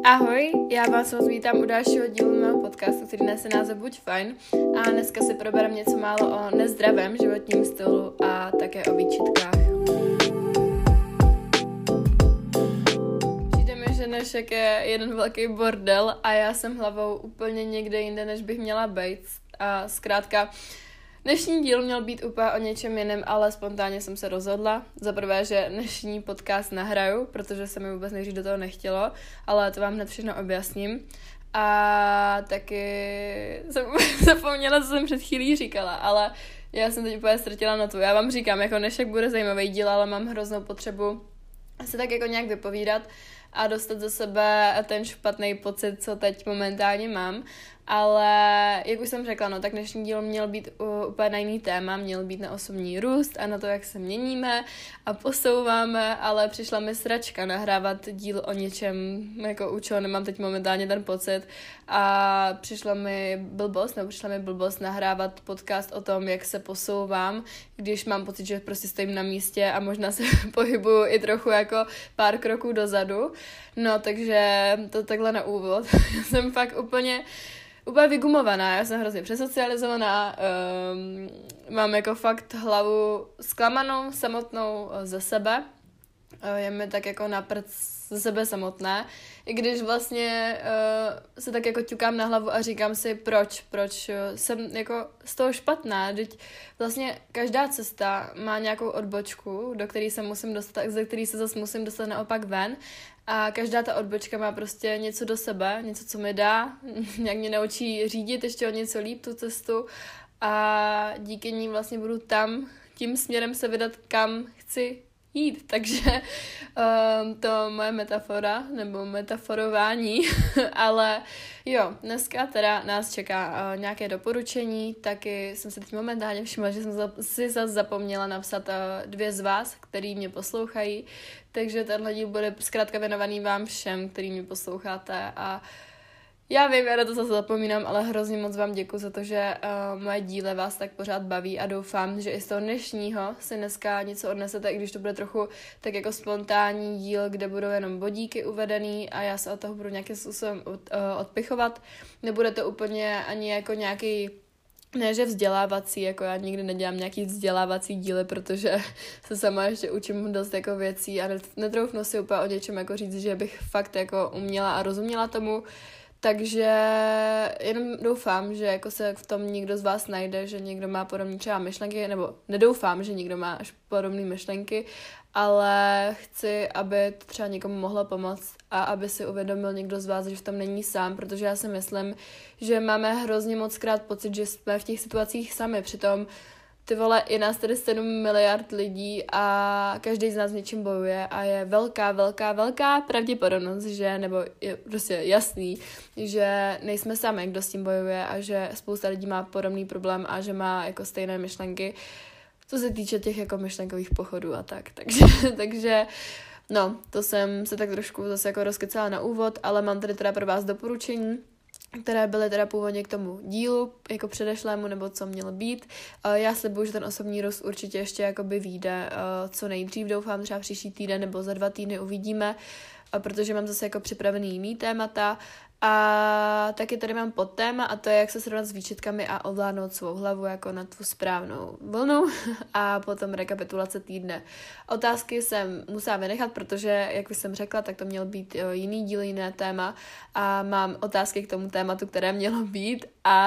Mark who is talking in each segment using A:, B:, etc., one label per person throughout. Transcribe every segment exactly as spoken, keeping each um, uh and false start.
A: Ahoj, já vás moc vítám u dalšího dílu mého podcastu, který nese název Buď fajn. A dneska si probereme něco málo o nezdravém životním stylu a také o výčitkách. Přijde mi, že dnešek je jeden velký bordel a já jsem hlavou úplně někde jinde, než bych měla být. A zkrátka, dnešní díl měl být úplně o něčem jiném, ale spontánně jsem se rozhodla. Za prvé, že dnešní podcast nahraju, protože se mi vůbec nejdřív do toho nechtělo, ale to vám hned všechno objasním. A taky jsem zapomněla, co jsem před chvílí říkala, ale já jsem teď úplně ztratila na to. Já vám říkám, jako dnešek bude zajímavý díl, ale mám hroznou potřebu se tak jako nějak vypovídat a dostat ze sebe ten špatný pocit, co teď momentálně mám. Ale jak už jsem řekla, no tak dnešní díl měl být uh, úplně na jiný téma, měl být na osobní růst a na to, jak se měníme a posouváme, ale přišla mi sračka nahrávat díl o něčem, jako u čeho nemám teď momentálně ten pocit a přišla mi blbost, nebo přišla mi blbost nahrávat podcast o tom, jak se posouvám, když mám pocit, že prostě stojím na místě a možná se pohybuju i trochu jako pár kroků dozadu. No, takže to takhle na úvod. Já jsem fakt úplně Úplně vygumovaná, já jsem hrozně přesocializovaná, um, mám jako fakt hlavu zklamanou, samotnou ze sebe, uh, je mi tak jako na prd ze sebe samotné, i když vlastně uh, se tak jako ťukám na hlavu a říkám si, proč, proč uh, jsem jako z toho špatná, teď vlastně každá cesta má nějakou odbočku, do které se musím dostat, ze které se zase musím dostat naopak ven. A každá ta odbočka má prostě něco do sebe, něco, co mi dá, nějak mě naučí řídit ještě o něco líp tu cestu a díky ní vlastně budu tam, tím směrem se vydat, kam chci jít. Takže um, to moje metafora, nebo metaforování, ale jo, dneska teda nás čeká uh, nějaké doporučení, taky jsem se teď momentálně všimla, že jsem za, si zase zapomněla napsat uh, dvě z vás, který mě poslouchají, takže tenhle díl bude zkrátka věnovaný vám všem, který mě posloucháte a já vím, já na to zase zapomínám, ale hrozně moc vám děkuji za to, že uh, moje díly vás tak pořád baví a doufám, že i z toho dnešního si dneska něco odnesete, i když to bude trochu tak jako spontánní díl, kde budou jenom bodíky uvedený a já se od toho budu nějakým způsobem od, uh, odpichovat. Nebude to úplně ani jako nějaký, ne, že vzdělávací, jako já nikdy nedělám nějaký vzdělávací díly, protože se sama ještě učím dost jako věcí a netroufnu si úplně o něčem jako říct, že bych fakt jako uměla a rozuměla tomu. Takže jenom doufám, že jako se v tom někdo z vás najde, že někdo má podobné třeba myšlenky, nebo nedoufám, že někdo má až podobné myšlenky, ale chci, aby to třeba někomu mohlo pomoct a aby si uvědomil někdo z vás, že v tom není sám, protože já si myslím, že máme hrozně moc krát pocit, že jsme v těch situacích sami, přitom ty vole, je nás tady sedm miliard lidí a každý z nás něčím bojuje a je velká, velká, velká pravděpodobnost, že, nebo je prostě jasný, že nejsme sami, kdo s tím bojuje a že spousta lidí má podobný problém a že má jako stejné myšlenky, co se týče těch jako myšlenkových pochodů a tak. Takže, takže no, to jsem se tak trošku zase jako rozkecala na úvod, ale mám tady teda pro vás doporučení, které byly teda původně k tomu dílu, jako předešlému, nebo co mělo být. Já slibuju, že ten osobní růst určitě ještě jakoby vyjde co nejdřív, doufám třeba příští týden nebo za dva týdny uvidíme, protože mám zase jako připravený jiný témata. A taky tady mám podtéma a to je, jak se srovnat s výčitkami a ovládnout svou hlavu jako na tu správnou vlnu a potom rekapitulace týdne. Otázky jsem musela vynechat, protože, jak už jsem řekla, tak to měl být jiný díl, jiné téma a mám otázky k tomu tématu, které mělo být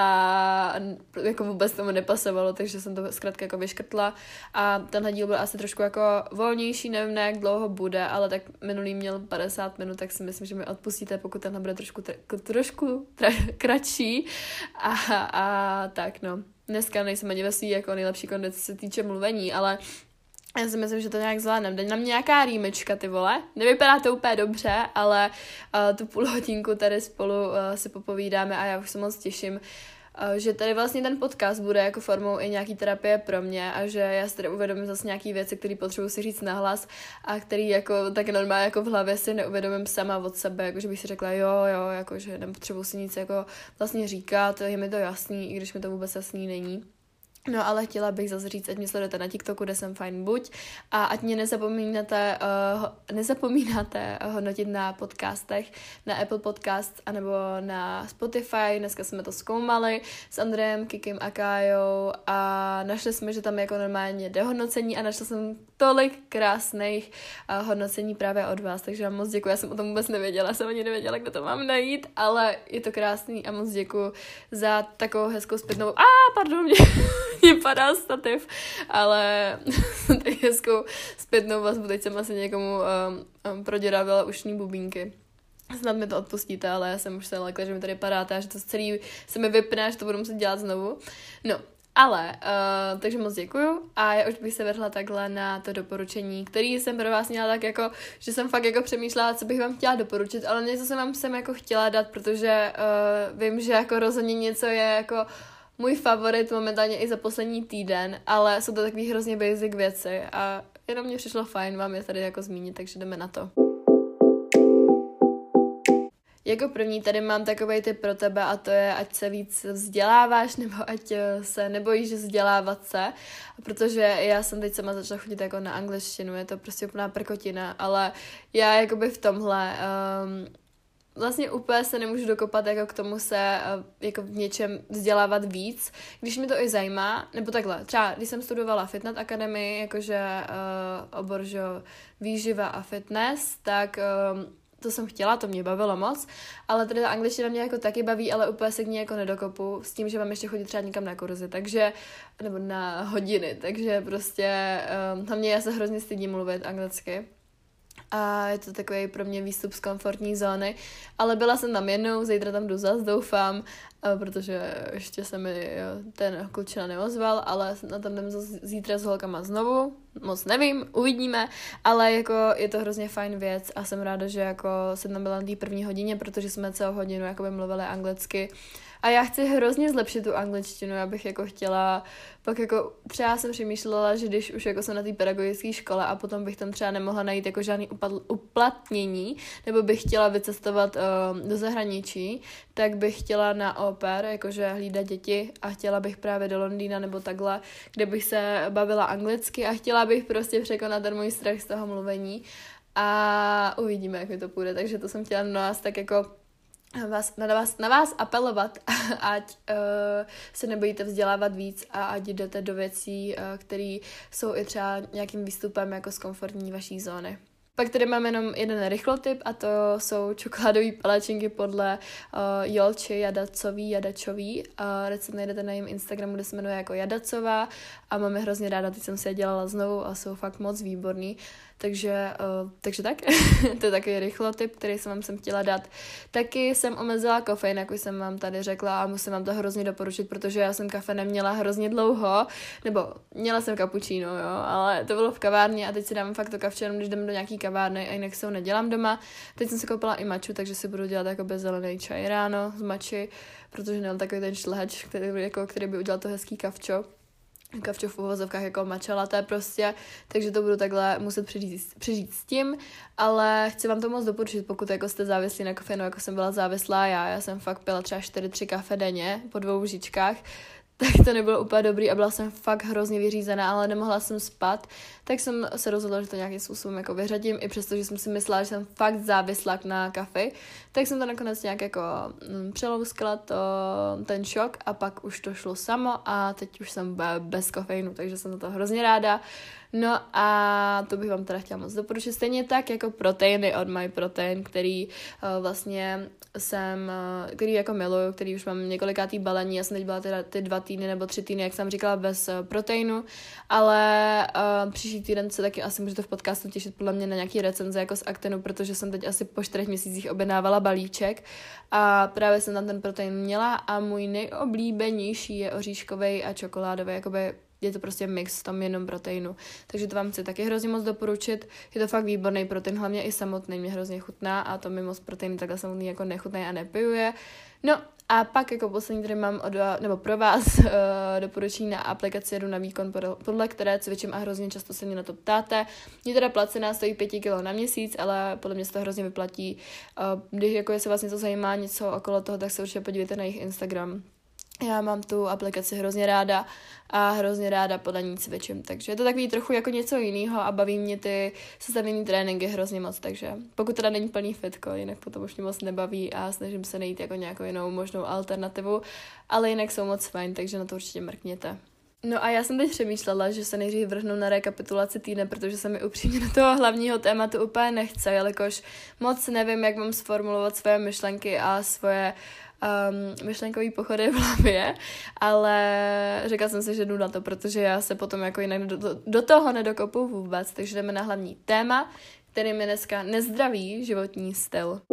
A: a jako vůbec tomu nepasovalo, takže jsem to zkrátka jako vyškrtla a tenhle díl byl asi trošku jako volnější, nevím, jak dlouho bude, ale tak minulý měl padesát minut, tak si myslím, že mi odpustíte, pokud tenhle bude trošku trošku tra- kratší a, a tak no. Dneska nejsem ani ve svý jako nejlepší kondici se týče mluvení, ale já si myslím, že to nějak zvládnem. Dej na mě nějaká rýmečka, ty vole. Nevypadá to úplně dobře, ale uh, tu půl hodinku tady spolu uh, si popovídáme a já už se moc těším, uh, že tady vlastně ten podcast bude jako formou i nějaký terapie pro mě a že já si tady uvědomím zase nějaký věci, které potřebuji si říct nahlas a který jako tak normálně jako v hlavě si neuvědomím sama od sebe, jakože bych si řekla jo, jo, jakože nepotřebuji si nic jako vlastně říkat, je mi to jasný, i když mi to vůbec jasný není. No ale chtěla bych zase říct, ať mě sledujete na TikToku, kde jsem fajn buď a ať mě nezapomínáte, uh, nezapomínáte hodnotit na podcastech, na Apple Podcast anebo na Spotify. Dneska jsme to zkoumali s Andrejem, Kikim a Kájou a našli jsme, že tam je jako normálně dehodnocení a našla jsem tolik krásných uh, hodnocení právě od vás, takže vám moc děkuji, já jsem o tom vůbec nevěděla, jsem ani nevěděla, kde to mám najít, ale je to krásný a moc děkuji za takovou hezkou zpětnou, a ah, pardon, mě mě padá stativ, ale tak hezkou zpětnou vazbu, teď jsem asi někomu um, um, proděrávala ušní bubínky. Snad mi to odpustíte, ale já jsem už se lekla, že mi tady padáte a že to celý se mi vypne, že to budu muset dělat znovu. No, ale, uh, takže moc děkuju a já už bych se vrhla takhle na to doporučení, který jsem pro vás měla tak jako, že jsem fakt jako přemýšlela, co bych vám chtěla doporučit, ale něco jsem vám sem jako chtěla dát, protože uh, vím, že jako rozhodně něco je jako můj favorit momentálně i za poslední týden, ale jsou to takový hrozně basic věci a jenom mě přišlo fajn vám je tady jako zmínit, takže jdeme na to. Jako první tady mám takovej tip pro tebe a to je, ať se víc vzděláváš nebo ať se nebojíš vzdělávat se, protože já jsem teď sama začala chodit jako na angličtinu, je to prostě úplná prkotina, ale já jakoby v tomhle um, vlastně úplně se nemůžu dokopat jako k tomu se jako v něčem vzdělávat víc, když mi to i zajímá, nebo takhle, třeba když jsem studovala Fitnet Academy, jakože uh, obor, že výživa a fitness, tak um, to jsem chtěla, to mě bavilo moc, ale tady ta angličtina mě jako taky baví, ale úplně se k ní jako nedokopu, s tím, že mám ještě chodit třeba někam na kurzy, takže, nebo na hodiny, takže prostě um, hlavně já se hrozně stydím mluvit anglicky. A je to takový pro mě výstup z komfortní zóny, ale byla jsem tam jednou, zítra tam jdu zas, doufám, protože ještě se mi ten klučina neozval, ale na tam jdem zítra s holkama znovu, moc nevím, uvidíme, ale jako je to hrozně fajn věc a jsem ráda, že jako jsem tam byla na té první hodině, protože jsme celou hodinu jakoby mluvili anglicky. A já chci hrozně zlepšit tu angličtinu, já bych jako chtěla, pak jako třeba jsem přemýšlela, že když už jako jsem na té pedagogické škole a potom bych tam třeba nemohla najít jako žádný upadl, uplatnění, nebo bych chtěla vycestovat uh, do zahraničí, tak bych chtěla na au pair, jakože hlídat děti a chtěla bych právě do Londýna nebo takhle, kde bych se bavila anglicky a chtěla bych prostě překonat ten můj strach z toho mluvení a uvidíme, jak mi to půjde, takže to jsem chtěla na nás tak jako Vás, na, vás, na vás apelovat, ať uh, se nebojíte vzdělávat víc a ať jdete do věcí, uh, které jsou i třeba nějakým výstupem jako z komfortní vaší zóny. Pak tady mám jenom jeden rychlotip a to jsou čokoládové palačinky podle uh, Jolči Jadacový, Jadačový. Uh, recept najdete na jejím Instagramu, kde se jmenuje jako Jadacová a máme hrozně ráda, teď jsem si je dělala znovu a jsou fakt moc výborný. Takže, uh, takže tak, to je takový rychlotip, který jsem vám sem chtěla dát. Taky jsem omezila kofein, jak už jsem vám tady řekla a musím vám to hrozně doporučit, protože já jsem kafe neměla hrozně dlouho, nebo měla jsem kapučíno, jo, ale to bylo v kavárně a teď si dám fakt to kavče, jenom když jdem do nějaký kavárny a jinak se ho nedělám doma. Teď jsem si koupila i maču, takže si budu dělat jako zelený čaj ráno z mači, protože nemám takový ten šlehač, který, jako, který by udělal to hezký kavčo. Kavčo v uvozovkách jako matcha latte prostě, takže to budu takhle muset přežít, přežít s tím, ale chci vám to moc doporučit, pokud jako jste závislí na kofeinu, jako jsem byla závislá já, já jsem fakt pila třeba čtyři tři kafe denně po dvou lžičkách, tak to nebylo úplně dobrý a byla jsem fakt hrozně vyřízená, ale nemohla jsem spát, tak jsem se rozhodla, že to nějakým způsobem jako vyřadím, i přesto, že jsem si myslela, že jsem fakt závislá na kafe, tak jsem to nakonec nějak jako mm, přelouskla to, ten šok a pak už to šlo samo a teď už jsem bez kofeinu, takže jsem na to hrozně ráda. No a to bych vám teda chtěla moc doporučit. Stejně tak jako proteiny od MyProtein, který uh, vlastně jsem, uh, který jako miluju, který už mám několikátý balení. Já jsem teď byla teda ty dva týdny nebo tři týdny, jak jsem říkala, bez uh, proteinu, ale uh, příští týden se taky asi můžete v podcastu těšit podle mě na nějaký recenze jako z Actinu, protože jsem teď asi po čtyřech měsících objednávala balíček a právě jsem tam ten protein měla a můj nejoblíbenější je oříškový a čokoládový, jakoby je to prostě mix tam jenom proteinu. Takže to vám chci taky hrozně moc doporučit. Je to fakt výborný protein, hlavně i samotný mě hrozně chutná a to mi moc protein takhle samotný jako nechutný a nepijuje. No a pak jako poslední tady mám od, nebo pro vás uh, doporučení na aplikaci Jedu na výkon, podle které cvičím a hrozně často se mě na to ptáte. Mě teda placená stojí pět kilo na měsíc, ale podle mě se to hrozně vyplatí. Uh, když jako je se vás něco zajímá, něco okolo toho, tak se určitě podívejte na jejich Instagram. Já mám tu aplikaci hrozně ráda a hrozně ráda podle ní cvičím, takže je to takový trochu jako něco jiného a baví mě ty sestavený tréninky hrozně moc, takže pokud teda není plný fitko, jinak potom už mě moc nebaví a snažím se najít jako nějakou jinou možnou alternativu, ale jinak jsou moc fajn, takže na to určitě mrkněte. No a já jsem teď přemýšlela, že se nejdřív vrhnu na rekapitulaci týdne, protože se mi upřímně do toho hlavního tématu úplně nechce, jelikož moc nevím, jak mám sformulovat svoje myšlenky a svoje um, myšlenkový pochody v hlavě, ale řekla jsem si, že jdu na to, protože já se potom jako jinak do, do, do toho nedokopu vůbec, takže jdeme na hlavní téma, kterým je dneska nezdravý životní styl.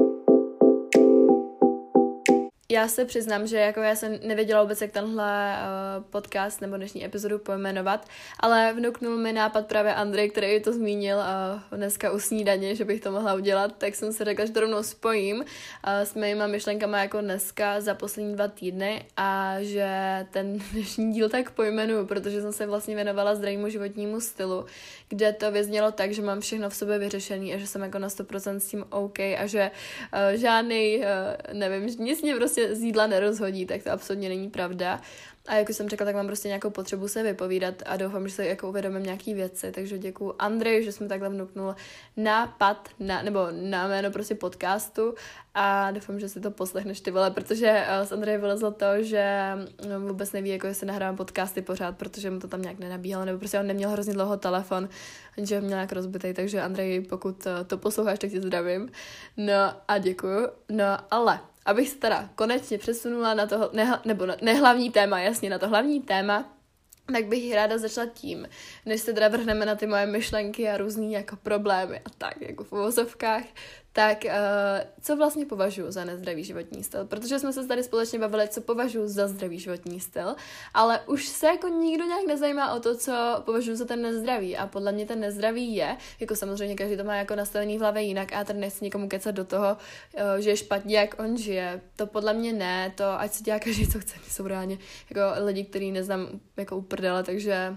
A: Já se přiznám, že jako já jsem nevěděla vůbec, jak tenhle uh, podcast nebo dnešní epizodu pojmenovat, ale vnuknul mi nápad právě Andrej, který to zmínil uh, dneska u snídaně, že bych to mohla udělat, tak jsem si řekla, že to rovnou spojím uh, s mýma myšlenkama jako dneska za poslední dva týdny a že ten dnešní díl tak pojmenuju, protože jsem se vlastně věnovala zdravému životnímu stylu, kde to vyznělo tak, že mám všechno v sobě vyřešený a že jsem jako na sto procent s tím OK a že uh, žádný, uh, nevím, nic mě prostě z jídla nerozhodí, tak to absolutně není pravda. A jak už jsem řekla, tak mám prostě nějakou potřebu se vypovídat a doufám, že se jako uvědomím nějaký věci, takže děkuju Andrej, že jsme takhle vnuknul nápad, na, nebo na jméno prostě podcastu a doufám, že si to poslechneš ty vole, protože s Andrejem vylezlo to, že vůbec neví, jako jestli nahrávám podcasty pořád, protože mu to tam nějak nenabíhalo, nebo prostě on neměl hrozně dlouho telefon, že ho měl nějak rozbitej, takže Andrej, pokud to posloucháš, tak tě zdravím. No a děkuju. No ale abych se teda konečně přesunula na to, ne, nebo na, ne hlavní téma, jasně, na to hlavní téma, tak bych ráda začala tím, než se teda vrhneme na ty moje myšlenky a různý jako problémy a tak, jako v uvozovkách, tak uh, co vlastně považuji za nezdravý životní styl, protože jsme se tady společně bavili, co považuji za zdravý životní styl, ale už se jako nikdo nějak nezajímá o to, co považuji za ten nezdravý a podle mě ten nezdravý je, jako samozřejmě každý to má jako nastavený v hlavě jinak a já tady nechci nikomu kecat do toho, uh, že je špatně, jak on žije, to podle mě ne, to ať si dělá každý, co chce, jsou reálně jako lidi, který neznám jako uprdele, takže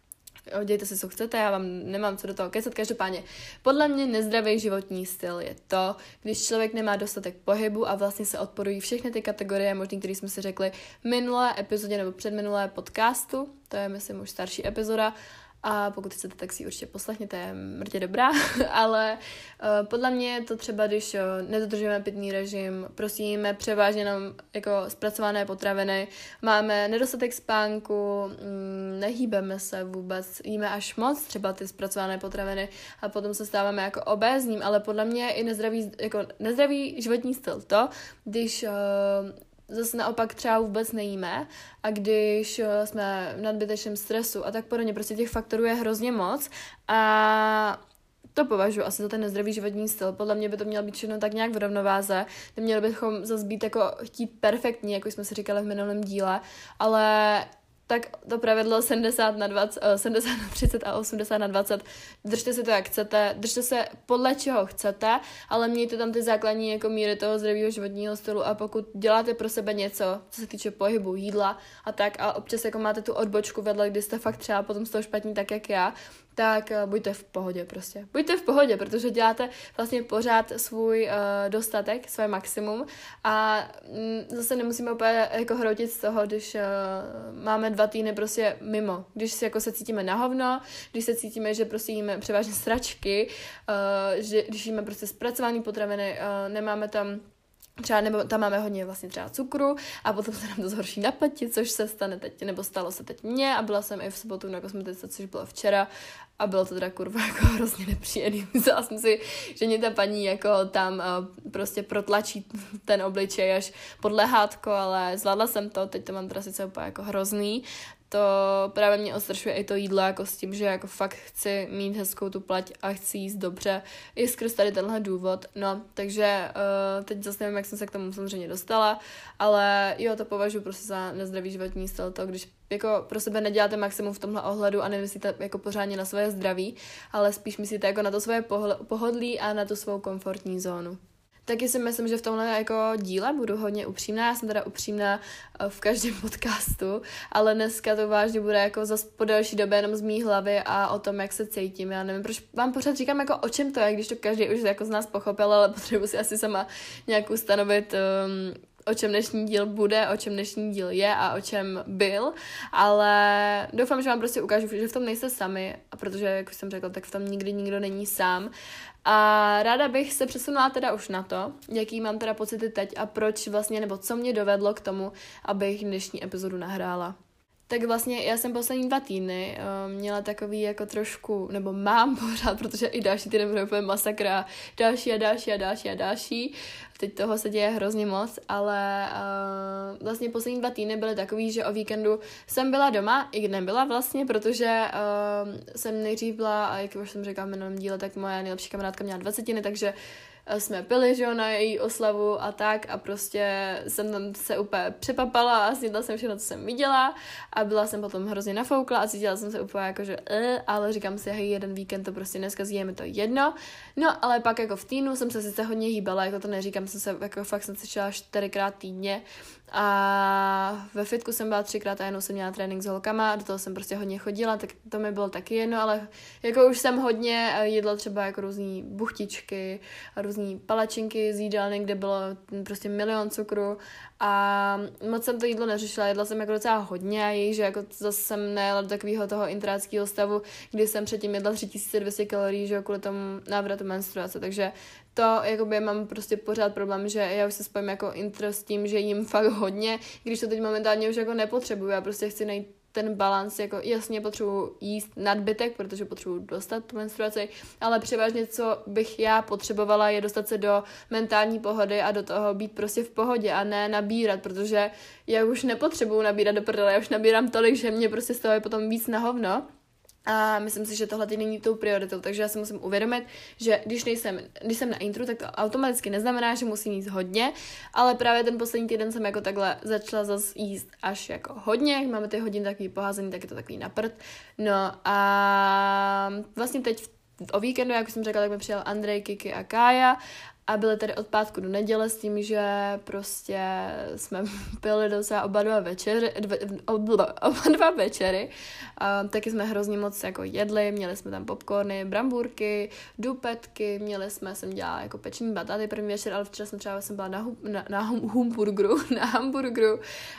A: dějte si, co chcete, já vám nemám co do toho kecat. Každopádně, podle mě nezdravý životní styl je to, když člověk nemá dostatek pohybu a vlastně se odporují všechny ty kategorie možný, které jsme si řekli v minulé epizodě nebo předminulé podcastu, to je myslím už starší epizoda, a pokud chcete, tak si ji určitě poslechněte, je mrtě dobrá, ale uh, podle mě je to třeba, když uh, nedodržujeme pitný režim, prosíme převážně jenom jako zpracované potraviny, máme nedostatek spánku, mm, nehýbeme se vůbec, jíme až moc třeba ty zpracované potraviny a potom se stáváme jako obézním, ale podle mě je i nezdravý, jako nezdravý životní styl to, když uh, zase naopak třeba vůbec nejíme a když jsme v nadbytečném stresu a tak podobně, prostě těch faktorů je hrozně moc a to považuji asi za ten nezdravý životní styl. Podle mě by to mělo být všechno tak nějak v rovnováze, neměli bychom zase být jako chtít perfektní, jako jsme si říkali v minulém díle, ale tak to pravidlo sedmdesát na dvacet, sedmdesát na třicet a osmdesát na dvacet, držte si to, jak chcete, držte se podle čeho chcete, ale mějte tam ty základní jako míry toho zdravého životního stylu a pokud děláte pro sebe něco, co se týče pohybu, jídla a tak a občas jako máte tu odbočku vedle, kdy jste fakt třeba potom z toho špatní tak, jak já, tak uh, buďte v pohodě prostě. Buďte v pohodě, protože děláte vlastně pořád svůj uh, dostatek, své maximum a mm, zase nemusíme úplně jako hrotit z toho, když uh, máme dva týdny prostě mimo. Když se jako se cítíme na hovno, když se cítíme, že prostě jíme převážně sračky, uh, že když jíme prostě zpracované potraviny, uh, nemáme tam třeba, nebo tam máme hodně vlastně třeba cukru a potom se nám to zhorší na pleti, což se stane teď, nebo stalo se teď mně a byla jsem i v sobotu na kosmetice, což bylo včera a bylo to teda kurva jako hrozně nepříjemný. Myslela jsem si, že mě ta paní jako tam uh, prostě protlačí ten obličej až pod lehátko, ale zvládla jsem to, teď to mám teda sice úplně jako hrozný. To právě mě odstrašuje i to jídlo jako s tím, že jako fakt chci mít hezkou tu plať a chci jíst dobře i skrz tady tenhle důvod. No, takže uh, teď zase nevím, jak jsem se k tomu samozřejmě dostala, ale jo, to považuji prostě za nezdravý životní styl, to když jako pro sebe neděláte maximum v tomhle ohledu a nemyslíte jako pořádně na svoje zdraví, ale spíš myslíte jako na to svoje pohodlí a na tu svou komfortní zónu. Taky si myslím, že v tomhle jako díle budu hodně upřímná, já jsem teda upřímná v každém podcastu, ale dneska to vážně bude jako zas po delší době jenom z mý hlavy a o tom, jak se cítím. Já nevím, proč vám pořád říkám jako o čem to je, když to každý už jako z nás pochopil, ale potřebuji si asi sama nějak ustanovit um, o čem dnešní díl bude, o čem dnešní díl je a o čem byl, ale doufám, že vám prostě ukážu, že v tom nejste sami, a protože, jak už jsem řekla, tak v tom nikdy nikdo není sám. A ráda bych se přesunula teda už na to, jaký mám teda pocity teď a proč vlastně, nebo co mě dovedlo k tomu, abych dnešní epizodu nahrála. Tak vlastně já jsem poslední dva týdny uh, měla takový jako trošku, nebo mám pořád, protože i další týden bude úplně masakra, další a další a další a další. Teď toho se děje hrozně moc, ale uh, vlastně poslední dva týdny byly takový, že o víkendu jsem byla doma, i nebyla vlastně, protože uh, jsem nejdřív byla, a jak už jsem řekla v minulém díle, tak moje nejlepší kamarádka měla dvacetiny, takže jsme pili, že jo, na její oslavu a tak a prostě jsem tam se úplně přepapala a snědla jsem všechno, co jsem viděla a byla jsem potom hrozně nafoukla a cítila jsem se úplně jako, že uh, ale říkám si, hej, jeden víkend to prostě neskazí, je mi to jedno. No, ale pak jako v týdnu jsem se sice hodně hýbala, jako to neříkám, jsem se, jako fakt jsem se čela čtyřikrát týdně a ve fitku jsem byla třikrát a jenom jsem měla trénink s holkama, do toho jsem prostě hodně chodila, tak to mi bylo taky jedno, ale jako už jsem hodně jedla třeba jako různý buchtičky a různý palačinky z jídelny, kde bylo prostě milion cukru a moc jsem to jídlo neřešila, jedla jsem jako docela hodně a jej, že jako zase jsem nejela do takového toho intráckého stavu, kdy jsem předtím jedla tři tisíce dvě stě kalorií, že jo, kvůli tomu návratu menstruace, takže to jakoby mám prostě pořád problém, že já už se spojím jako intro s tím, že jím fakt hodně, když to teď momentálně už jako nepotřebuju, já prostě chci najít ten balans, jako jasně potřebuji jíst nadbytek, protože potřebuji dostat tu menstruaci, ale převážně, co bych já potřebovala, je dostat se do mentální pohody a do toho být prostě v pohodě a ne nabírat, protože já už nepotřebuju nabírat do prdele, já už nabírám tolik, že mě prostě z toho je potom víc na hovno. A myslím si, že tohle teď není tou prioritou, takže já si musím uvědomit, že když nejsem, když jsem na intru, tak to automaticky neznamená, že musím jíst hodně, ale právě ten poslední týden jsem jako takhle začala zase jíst až jako hodně, jak máme ty hodiny takový poházený, tak je to takový na prd. No a vlastně teď o víkendu, jak už jsem řekla, tak mi přijel Andrej, Kiki a Kája a byly tady od pátku do neděle s tím, že prostě jsme pili docela oba dva večery, dve, oba, oba dva večery. A taky jsme hrozně moc jako jedli, měli jsme tam popcorny, brambůrky, dupetky, měli jsme, jsem dělala jako pečení batáty první večer, ale včera jsem třeba jsem byla na, hum, na, na hum, humburgeru, na hamburgeru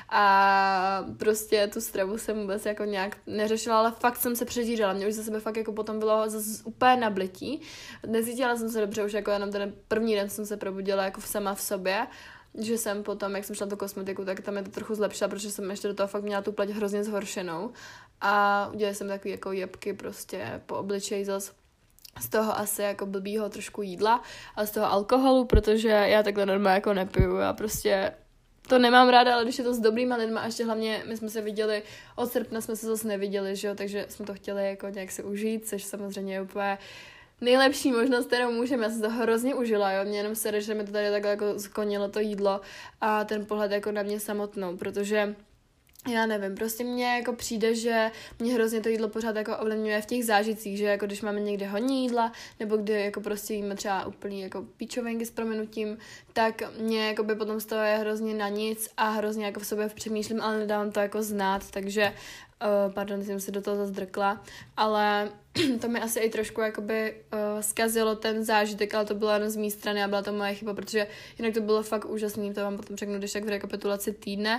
A: a prostě tu stravu jsem vůbec jako nějak neřešila, ale fakt jsem se přežírala, mě už za sebe fakt jako potom bylo zase úplně nablití. Necítila jsem se dobře už jako jenom ten první den jsem se probudila jako sama v sobě, že jsem potom, jak jsem šla do kosmetiku, tak tam je to trochu zlepšila, protože jsem ještě do toho fakt měla tu pleť hrozně zhoršenou a udělala jsem takový jako jebky prostě po obličeji zas z toho asi jako blbýho trošku jídla a z toho alkoholu, protože já takhle normálně jako nepiju, já prostě to nemám ráda, ale když je to s dobrýma lidma a ještě hlavně my jsme se viděli, od srpna jsme se zase neviděli, že jo, takže jsme to chtěli jako nějak si užít, což samozřejmě je úplně nejlepší možnost, kterou můžeme, já jsem to hrozně užila, jo, mě jenom sere, že mi to tady takhle jako skonilo to jídlo a ten pohled jako na mě samotnou, protože já nevím, prostě mně jako přijde, že mě hrozně to jídlo pořád jako ovlivňuje v těch zážitcích, že jako když máme někde hodně jídla, nebo kdy jako prostě jíme třeba úplný jako píčovinky s prominutím, tak mě jako by potom z toho je hrozně na nic a hrozně jako v sobě přemýšlím, ale nedávám to jako znát, takže Uh, pardon, jsem se do toho zazdrkla, ale to mi asi i trošku jakoby uh, zkazilo ten zážitek, ale to bylo jenom z mé strany a byla to moje chyba, protože jinak to bylo fakt úžasný, to vám potom řeknu, když tak v rekapitulaci týdne.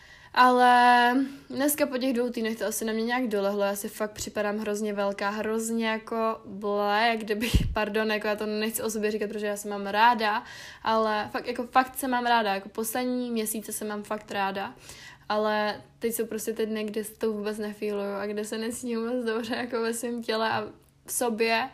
A: Ale dneska po těch dvou týdnech to asi na mě nějak dolehlo, já si fakt připadám hrozně velká, hrozně jako blé, jak kdybych, pardon, jako já to nechci o sobě říkat, protože já se mám ráda, ale fakt, jako fakt se mám ráda, jako poslední měsíce se mám fakt ráda. Ale teď jsou prostě ty dny, kde to vůbec nefíluju a kde se necítím vůbec dobře jako ve svém těle a v sobě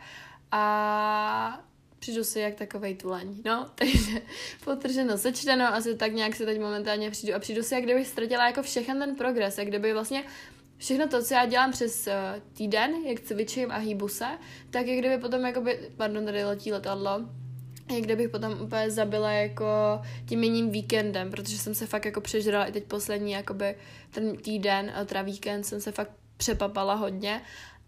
A: a přijdu si jak takovej tuleň, no, takže potrženo, sečteno, asi tak nějak si teď momentálně přijdu a přijdu si, jak kdybych ztratila jako všechen ten progres, jak kdyby vlastně všechno to, co já dělám přes uh, týden, jak cvičím a hýbu se, tak jak kdyby potom jakoby, pardon, tady letí letadlo, jak kdybych potom úplně zabila jako tím jiným víkendem, protože jsem se fakt jako přežrala i teď poslední jakoby ten týden, teda víkend jsem se fakt přepapala hodně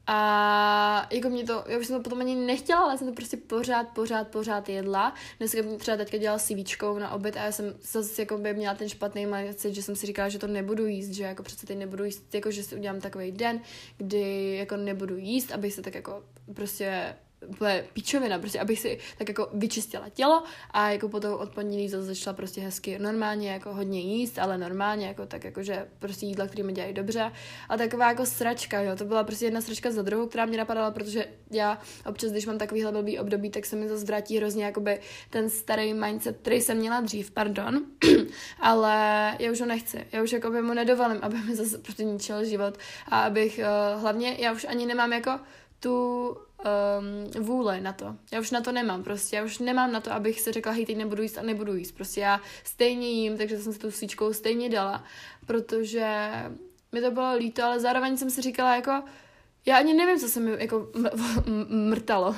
A: a jako mě to, já už jsem to potom ani nechtěla, ale jsem to prostě pořád, pořád, pořád jedla. Dneska mě třeba teďka dělala svíčkou na oběd a já jsem zase jako by měla ten špatný mindset, že jsem si říkala, že to nebudu jíst, že jako přece teď nebudu jíst, jako že si udělám takový den, kdy jako nebudu jíst, abych se tak jako prostě úplně píčovina, prostě abych si tak jako vyčistila tělo a jako potom od pondělí zase začala prostě hezky normálně jako hodně jíst, ale normálně jako tak jako, že prostě jídla, které mi dělají dobře a taková jako sračka, jo, to byla prostě jedna sračka za druhou, která mě napadala, protože já občas, když mám takovýhle blbý období, tak se mi zase vrátí hrozně jakoby ten starý mindset, který jsem měla dřív, pardon, ale já už ho nechci, já už jakoby mu nedovolím, aby mi zase prostě ničil život a abych, uh, hlavně já už ani nemám jako tu um, vůle na to. Já už na to nemám prostě. Já už nemám na to, abych si řekla, hej, teď nebudu jíst a nebudu jíst. Prostě já stejně jím, takže jsem si tu svíčkou stejně dala, protože mi to bylo líto, ale zároveň jsem si říkala jako, já ani nevím, co se mi jako m- m- mrtalo.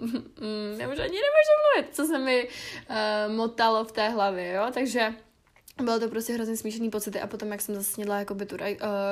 A: Já už ani nemůžu mluvit, co se mi uh, motalo v té hlavě, jo, takže bylo to prostě hrozně smíšený pocity a potom, jak jsem zase snědla jakoby tu uh,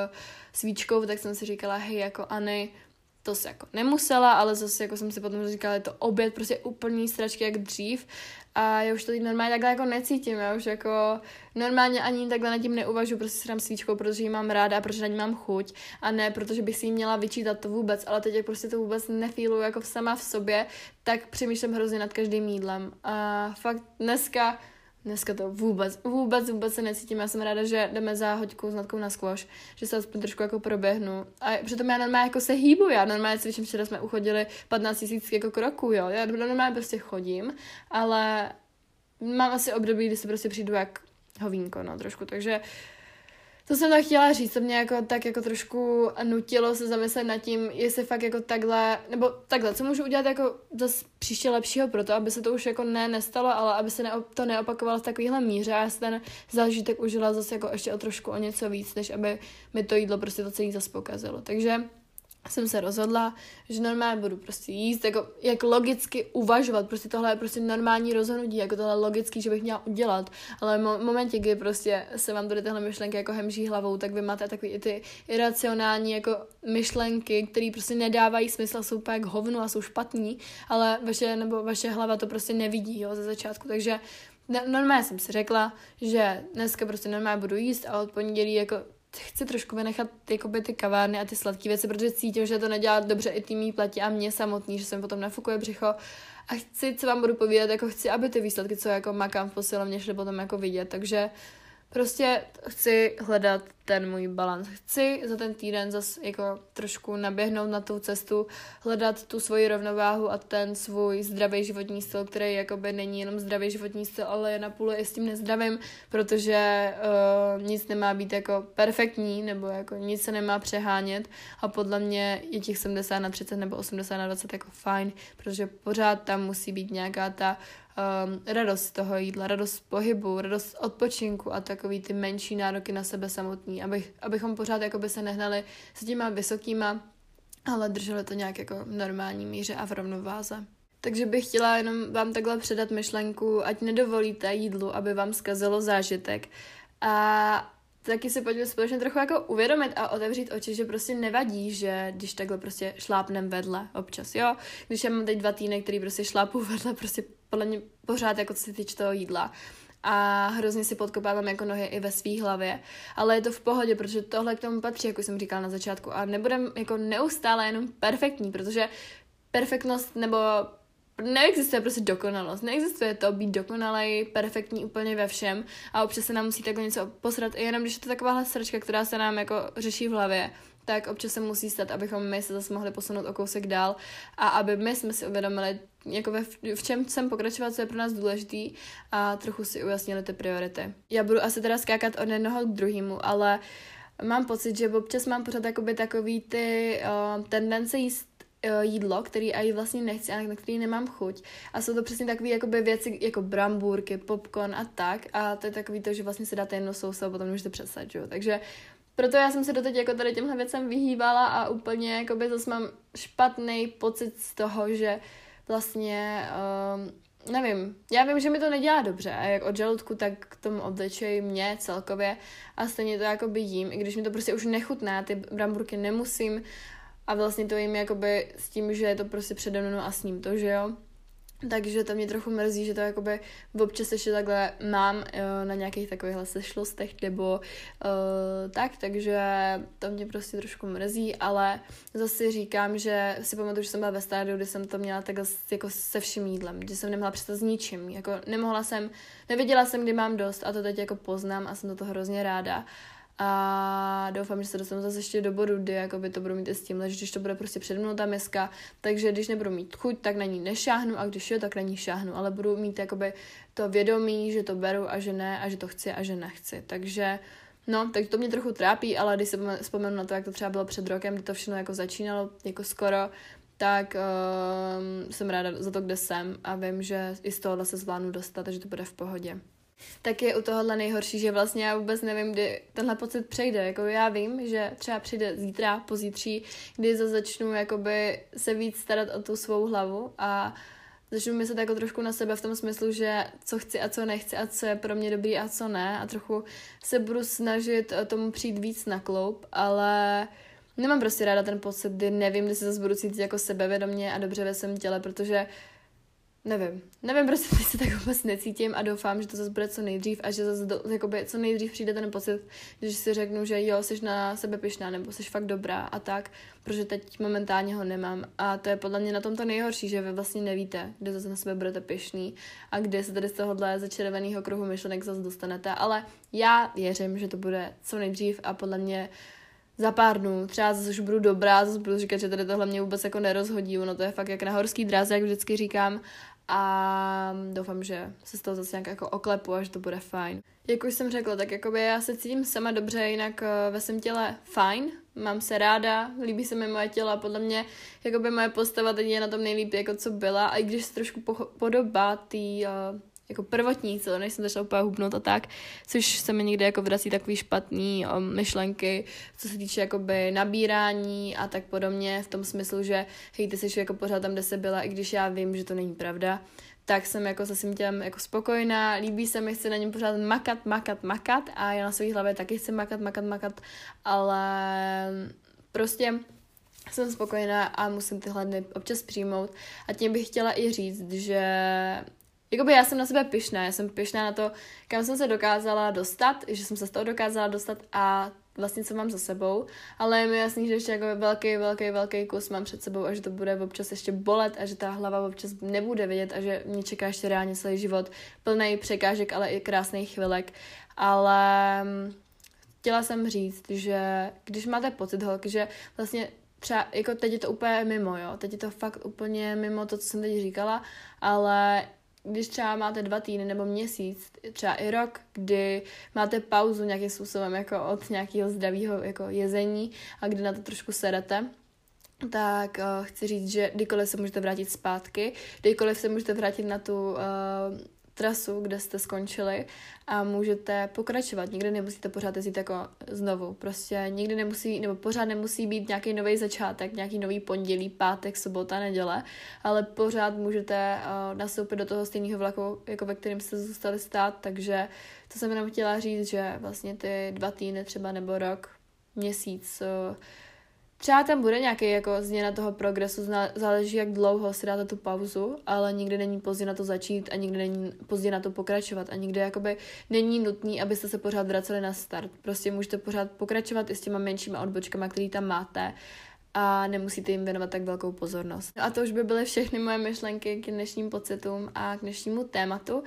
A: svíčkou, tak jsem si říkala, hej, jako Ani, to se jako nemusela, ale zase jako jsem si potom říkala, je to oběd, prostě úplný sračky jak dřív a já už to teď normálně takhle jako necítím, já už jako normálně ani takhle nad tím neuvažuji, prostě si dám svíčkou, protože ji mám ráda a protože na ní mám chuť a ne, protože bych si ji měla vyčítat to vůbec, ale teď jak prostě to vůbec nefíluju jako sama v sobě, tak přemýšlím hrozně nad každým jídlem a fakt dneska Dneska to vůbec, vůbec, vůbec se necítím. Já jsem ráda, že jdeme za hoďkou s Natkou na squash, že se aspoň trošku jako proběhnu. A přitom já normálně jako se hýbu, já normálně cvičím, včera jsme uchodili patnáct tisíc jako kroků, jo. Já normálně prostě chodím, ale mám asi období, kdy se prostě přijdu jak hovínko, no trošku, takže to jsem tak chtěla říct, to mě jako tak jako trošku nutilo se zamyslet nad tím, jestli fakt jako takhle, nebo takhle, co můžu udělat jako zase příště lepšího pro to, aby se to už jako ne nestalo, ale aby se neop, to neopakovalo v takovýhle míře a já si ten zážitek užila zase jako ještě o trošku o něco víc, než aby mi to jídlo prostě to celý zase pokazilo. Takže jsem se rozhodla, že normálně budu prostě jíst, jako jak logicky uvažovat, prostě tohle je prostě normální rozhodnutí, jako tohle logický, že bych měla udělat, ale v mo- momentě, kdy prostě se vám tady tyhle myšlenky jako hemží hlavou, tak vy máte takový i ty iracionální jako myšlenky, které prostě nedávají smysl, jsou úplně jak hovno a jsou špatný, ale vaše, nebo vaše hlava to prostě nevidí, jo, ze začátku, takže normálně jsem si řekla, že dneska prostě normálně budu jíst a od pondělí jako chci trošku vynechat jakoby ty kavárny a ty sladké věci, protože cítím, že to nedělá dobře i tým plati a mě samotný, že se mi potom nafukuje břicho a chci, co vám budu povídat, jako chci, aby ty výsledky, co jako makám v posilovně, šly potom jako vidět, takže prostě chci hledat ten můj balans. Chci za ten týden zase jako trošku naběhnout na tu cestu, hledat tu svoji rovnováhu a ten svůj zdravý životní styl, který jakoby není jenom zdravý životní styl, ale je napůl i s tím nezdravým, protože uh, nic nemá být jako perfektní, nebo jako nic se nemá přehánět a podle mě je těch sedmdesát na třicet nebo osmdesát na dvacet jako fajn, protože pořád tam musí být nějaká ta Um, radost toho jídla, radost z pohybu, radost odpočinku a takový ty menší nároky na sebe samotný, abych, abychom pořád jakoby se nehnali s těma vysokýma, ale drželi to nějak jako v normální míře a v rovnováze. Takže bych chtěla jenom vám takhle předat myšlenku, ať nedovolíte jídlu, aby vám zkazilo zážitek a taky si pojďme společně trochu jako uvědomit a otevřít oči, že prostě nevadí, že když takhle prostě šlápnem vedle občas, jo. Když já mám teď dva týdny, který prostě šlápu vedle, prostě podle mě pořád jako co se týče toho jídla a hrozně si podkopávám jako nohy i ve svý hlavě, ale je to v pohodě, protože tohle k tomu patří, jako jsem říkala na začátku a nebudem jako neustále jenom perfektní, protože perfektnost nebo neexistuje prostě dokonalost, neexistuje to být dokonalej, perfektní úplně ve všem a občas se nám musí takhle něco posrat, i jenom když je to takováhle sračka, která se nám jako řeší v hlavě, tak občas se musí stát, abychom my se zase mohli posunout o kousek dál a aby my jsme si uvědomili, jako ve, v čem chcem pokračovat, co je pro nás důležitý a trochu si ujasnili ty priority. Já budu asi teda skákat od jednoho k druhému, ale mám pocit, že občas mám pořád jakoby takový ty uh, tendence jíst jídlo, který aj vlastně nechci a na který nemám chuť. A jsou to přesně takové jakoby věci jako brambůrky, popcorn a tak. A to je takový to, že vlastně si dáte jedno souso a potom můžete přestat, že? Takže proto já jsem se doteď jako tady těmhle věcem vyhýbala a úplně jakoby zase mám špatný pocit z toho, že vlastně um, nevím, já vím, že mi to nedělá dobře a jak od žaludku, tak k tomu obličeji mě celkově a stejně to jakoby jím, i když mi to prostě už nechutná, ty brambůrky nemusím a vlastně to jim jakoby s tím, že je to prostě přede mnou a s ním to, že jo. Takže to mě trochu mrzí, že to jakoby občas ještě takhle mám uh, na nějakých takovýchhle sešlostech nebo uh, tak, takže to mě prostě trošku mrzí, ale zase říkám, že si pamatuju, že jsem byla ve stádiu, kdy jsem to měla takhle jako se vším jídlem, že jsem nemohla přestat s ničím, jako nemohla jsem, nevěděla jsem, kdy mám dost a to teď jako poznám a jsem do toho hrozně ráda. A doufám, že se dostanu zase ještě do bodu, kdy jakoby to budu mít i s tímhle, že když to bude prostě přede mnou ta miska, takže když nebudu mít chuť, tak na ní nešáhnu a když jo, tak na ní šáhnu, ale budu mít jakoby to vědomí, že to beru a že ne a že to chci a že nechci. Takže no, tak to mě trochu trápí, ale když se vzpomenu na to, jak to třeba bylo před rokem, kdy to všechno jako začínalo jako skoro, tak um, jsem ráda za to, kde jsem a vím, že i z tohohle se zvládnu dostat a že to bude v pohodě. Tak je u tohohle nejhorší, že vlastně já vůbec nevím, kdy tenhle pocit přejde. Jako já vím, že třeba přijde zítra, pozítří, kdy zase začnu jakoby se víc starat o tu svou hlavu a začnu myslet jako trošku na sebe v tom smyslu, že co chci a co nechci a co je pro mě dobrý a co ne a trochu se budu snažit tomu přijít víc na kloub, ale nemám prostě ráda ten pocit, kdy nevím, kdy se zase budu cítit jako sebevědomě a dobře ve svém těle, protože Nevím. Nevím, prostě teď se tak vůbec necítím a doufám, že to zase bude co nejdřív a že zase do, jakoby, co nejdřív přijde ten pocit, když si řeknu, že jo, jsi na sebe pyšná nebo jsi fakt dobrá a tak, protože teď momentálně ho nemám a to je podle mě na tom to nejhorší, že vy vlastně nevíte, kde zase na sebe budete pyšný a kde se tady z tohohle začerveného kruhu myšlenek zase dostanete, ale já věřím, že to bude co nejdřív a podle mě za pár dnů, třeba zase už budu dobrá, zase budu říkat, že tady tohle mě vůbec jako nerozhodí, ono to je fakt jak na horský dráze, jak vždycky říkám a doufám, že se z toho zase nějak jako oklepu a že to bude fajn. Jak už jsem řekla, tak jakoby já se cítím sama dobře, jinak ve svém těle fajn, mám se ráda, líbí se mi moje tělo a podle mě jakoby moje postava teď je na tom nejlíp, jako co byla a i když se trošku po- podobá tý uh, jako prvotní, co než jsem začala úplně hubnout a tak, což se mi někde jako vrací takový špatný um, myšlenky, co se týče jakoby nabírání a tak podobně, v tom smyslu, že hej, ty jsi jako pořád tam, kde jsi byla, i když já vím, že to není pravda, tak jsem jako se svým tělem jako spokojená, líbí se mi, chci na něm pořád makat, makat, makat a já na své hlavě taky chci makat, makat, makat, ale prostě jsem spokojená a musím tyhle dny občas přijmout a tím bych chtěla i říct, že jakoby já jsem na sebe pyšná, já jsem pyšná na to, kam jsem se dokázala dostat, že jsem se z toho dokázala dostat a vlastně co mám za sebou, ale je mi jasný, že ještě jako velký, velký, velký kus mám před sebou a že to bude občas ještě bolet a že ta hlava občas nebude vidět a že mě čeká ještě reálně celý život plný překážek, ale i krásných chvilek, ale chtěla jsem říct, že když máte pocit, holky, že vlastně třeba, jako teď je to úplně mimo, jo, teď je to fakt úplně mimo to, co jsem teď říkala, ale když třeba máte dva týdny nebo měsíc, třeba i rok, kdy máte pauzu nějakým způsobem jako od nějakého zdravého jako jezení a kdy na to trošku serete, tak uh, chci říct, že kdykoliv se můžete vrátit zpátky, kdykoliv se můžete vrátit na tu uh, trasu, kde jste skončili a můžete pokračovat. Nikdy nemusíte pořád jezdit jako znovu. Prostě nikdy nemusí, nebo pořád nemusí být nějaký nový začátek, nějaký nový pondělí, pátek, sobota, neděle, ale pořád můžete uh, nastoupit do toho stejného vlaku, jako ve kterém jste zůstali stát, takže to jsem jenom chtěla říct, že vlastně ty dva týdny třeba nebo rok, měsíc, uh, třeba tam bude nějaký jako změna toho progresu, záleží, jak dlouho si dáte tu pauzu, ale nikdy není pozdě na to začít a nikdy není pozdě na to pokračovat a nikdy jakoby není nutný, abyste se pořád vraceli na start. Prostě můžete pořád pokračovat i s těma menšíma odbočkama, který tam máte a nemusíte jim věnovat tak velkou pozornost. No a to už by byly všechny moje myšlenky k dnešním pocitům a k dnešnímu tématu.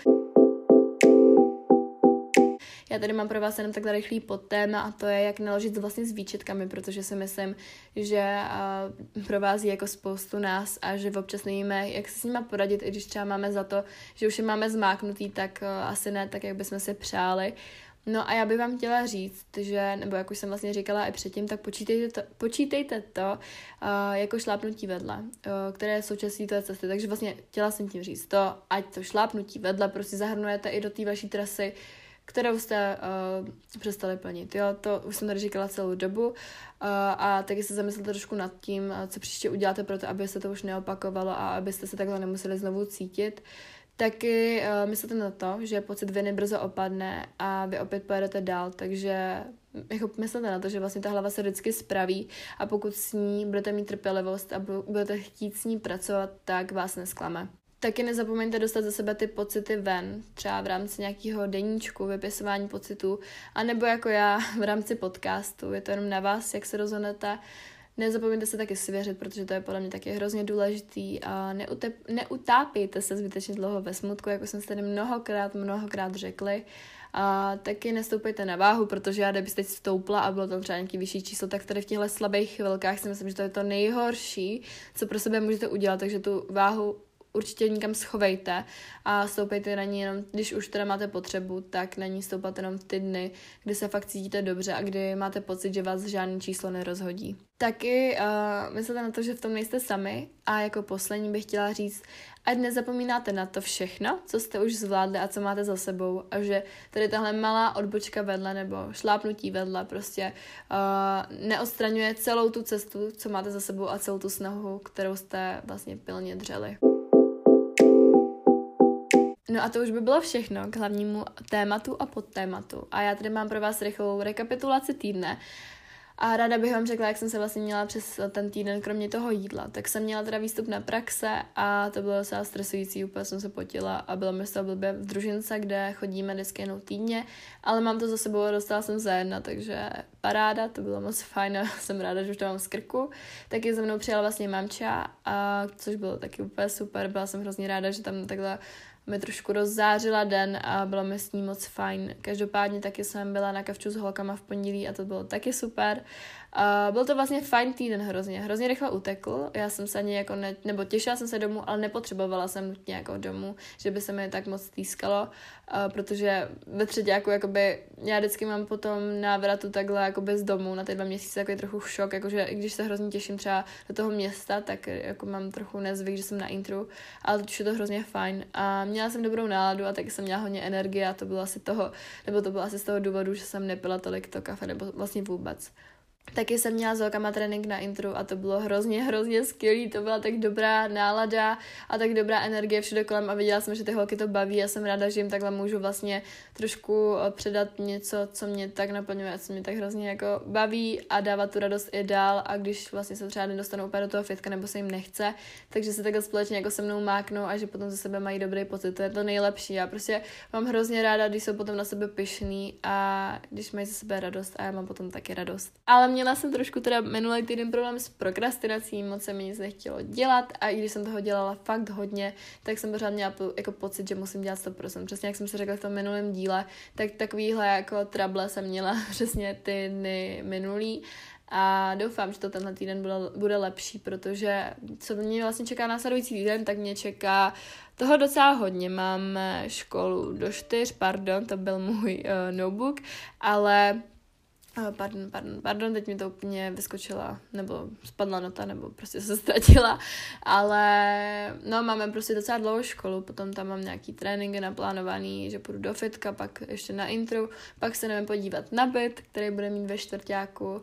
A: Já tady mám pro vás jenom takhle rychlý podtéma a to je, jak naložit vlastně s výčitkami, protože si myslím, že uh, pro vás je jako spoustu nás a že občas nevíme, jak se s nima poradit, i když třeba máme za to, že už je máme zmáknutý, tak uh, asi ne tak, jak bychom si přáli. No a já bych vám chtěla říct, že, nebo jak už jsem vlastně říkala i předtím, tak počítejte to, počítejte to uh, jako šlápnutí vedle, uh, které je součástí té cesty. Takže vlastně chtěla jsem tím říct to, ať to šlápnutí vedle prostě zahrnujete i do té vaší trasy, kterou jste uh, přestali plnit. Jo, to už jsem tady říkala celou dobu uh, a taky se zamyslete trošku nad tím, uh, co příště uděláte pro to, aby se to už neopakovalo a abyste se takhle nemuseli znovu cítit. Taky uh, myslete na to, že pocit viny brzo opadne a vy opět pojedete dál, takže jako myslete na to, že vlastně ta hlava se vždycky spraví a pokud s ní budete mít trpělivost a budete chtít s ní pracovat, tak vás nesklame. Taky nezapomeňte dostat ze sebe ty pocity ven, třeba v rámci nějakého deníčku, vypisování pocitů, anebo jako já v rámci podcastu. Je to jenom na vás, jak se rozhodnete. Nezapomeňte se taky svěřit, protože to je podle mě taky hrozně důležitý a neutep, neutápějte se zbytečně dlouho ve smutku, jako jsem si tady mnohokrát, mnohokrát řekli. A taky nestoupejte na váhu, protože já kdybyste teď stoupla a bylo tam třeba nějaký vyšší číslo, tak tady v těchto slabých chvilkách si myslím, že to je to nejhorší, co pro sebe můžete udělat, takže tu váhu určitě nikam schovejte a stoupejte na ní jenom, když už teda máte potřebu, tak na ní stoupat jenom v ty dny, kdy se fakt cítíte dobře a kdy máte pocit, že vás žádný číslo nerozhodí. Taky uh, myslete na to, že v tom nejste sami a jako poslední bych chtěla říct, ať nezapomínáte na to všechno, co jste už zvládli a co máte za sebou a že tady tahle malá odbočka vedle nebo šlápnutí vedle prostě uh, neodstraňuje celou tu cestu, co máte za sebou a celou tu snahu, kterou jste vlastně pilně dřeli. No a to už by bylo všechno k hlavnímu tématu a podtématu. A já tady mám pro vás rychlou rekapitulaci týdne. A ráda bych vám řekla, jak jsem se vlastně měla přes ten týden, kromě toho jídla. Tak jsem měla teda výstup na praxe a to bylo docela stresující, úplně jsem se potila a bylo mi z toho blbě v družince, kde chodíme vždycky jenom týdně, ale mám to za sebou a dostala jsem za jedna, takže paráda, to bylo moc fajn a jsem ráda, že už to mám z krku. Taky za mnou přijela vlastně mamča, a což bylo taky úplně super, byla jsem hrozně ráda, že tam takhle mi trošku rozzářila den a bylo mi s ní moc fajn. Každopádně taky jsem byla na kavču s holkama v pondělí a to bylo taky super. Uh, byl to vlastně fajn týden hrozně. Hrozně rychle utekl. Já jsem se ani jako ne, nebo těšila jsem se domů, ale nepotřebovala jsem nutně jako domů, že by se mi tak moc týskalo, uh, protože ve třetíku jakoby já vždycky mám potom návratu takhle jakoby z domu na ty dva měsíce takový trochu šok, jakože i když se hrozně těším třeba do toho města, tak jako mám trochu nezvyk, že jsem na intru, ale teď už je to hrozně fajn. A měla jsem dobrou náladu a taky jsem měla hodně energie a to bylo asi toho, nebo to bylo asi z toho důvodu, že jsem nepila tolik to kafe, nebo vlastně vůbec. Taky jsem měla s holkama trénink na intru a to bylo hrozně, hrozně skvělý, to byla tak dobrá nálada a tak dobrá energie všude kolem a viděla jsem, že ty holky to baví a jsem ráda, že jim takhle můžu vlastně trošku předat něco, co mě tak naplňuje, co mě tak hrozně jako baví a dávat tu radost i dál a když vlastně se třeba nedostanou úplně do toho fitka nebo se jim nechce, takže se takhle společně jako se mnou máknou a že potom ze sebe mají dobrý pocit, to je to nejlepší. Já prostě mám hrozně ráda, když jsou potom na sebe pyšný a když mají ze sebe radost a já mám potom taky radost. Ale měla jsem trošku teda minulý týden problém s prokrastinací, moc se mi nic nechtělo dělat a i když jsem toho dělala fakt hodně, tak jsem pořád měla jako pocit, že musím dělat sto procent. Přesně jak jsem si řekla v tom minulém díle, tak takovýhle jako trable jsem měla přesně ty dny minulý. A doufám, že to tenhle týden bude, bude lepší, protože co mě vlastně čeká následující týden, tak mě čeká toho docela hodně. Mám školu do čtyř, pardon, to byl můj uh, notebook, ale Uh, pardon, pardon, pardon, teď mi to úplně vyskočila, nebo spadla nota, nebo prostě se ztratila, ale no, máme prostě docela dlouhou školu, potom tam mám nějaký tréninky naplánovaný, že půjdu do fitka, pak ještě na intro, pak se jdeme podívat na byt, který bude mít ve čtvrťáku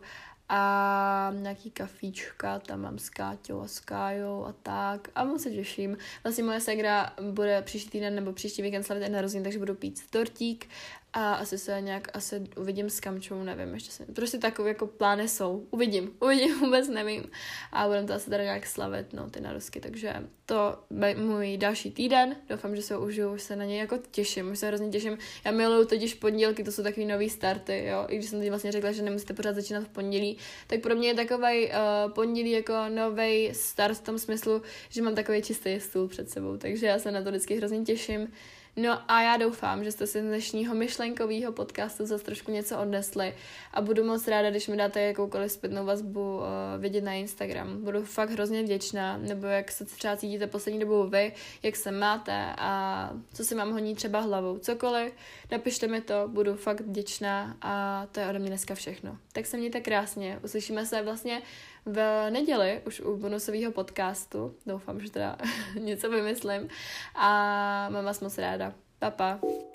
A: a nějaký kafíčka, tam mám s Káťou a s Kájou a tak a moc se těším. Vlastně moje segra bude příští týden nebo příští víkend slavit narozeniny, takže budu pít tortík a asi se nějak asi uvidím s Kamčou, nevím, ještě se, prostě takové jako plány jsou, uvidím, uvidím, vůbec nevím a budeme to asi tady nějak slavit, no, ty narozky, takže to je můj další týden, doufám, že se ho užiju, už se na něj jako těším, už se hrozně těším, já miluju totiž pondělky, to jsou takový nový starty, jo, i když jsem teď vlastně řekla, že nemusíte pořád začínat v pondělí, tak pro mě je takovej uh, pondělí jako novej start v tom smyslu, že mám takový čistý stůl před sebou, takže já se na to vždycky hrozně těším. No a já doufám, že jste si z dnešního myšlenkového podcastu zase trošku něco odnesli a budu moc ráda, když mi dáte jakoukoliv zpětnou vazbu uh, vidět na Instagram. Budu fakt hrozně vděčná, nebo jak se třeba cítíte poslední dobou vy, jak se máte a co si mám honí třeba hlavou. Cokoliv, napište mi to, budu fakt vděčná a to je ode mě dneska všechno. Tak se mějte krásně, uslyšíme se vlastně v neděli už u bonusového podcastu. Doufám, že teda něco vymyslím a mám vás moc ráda. Pa, pa.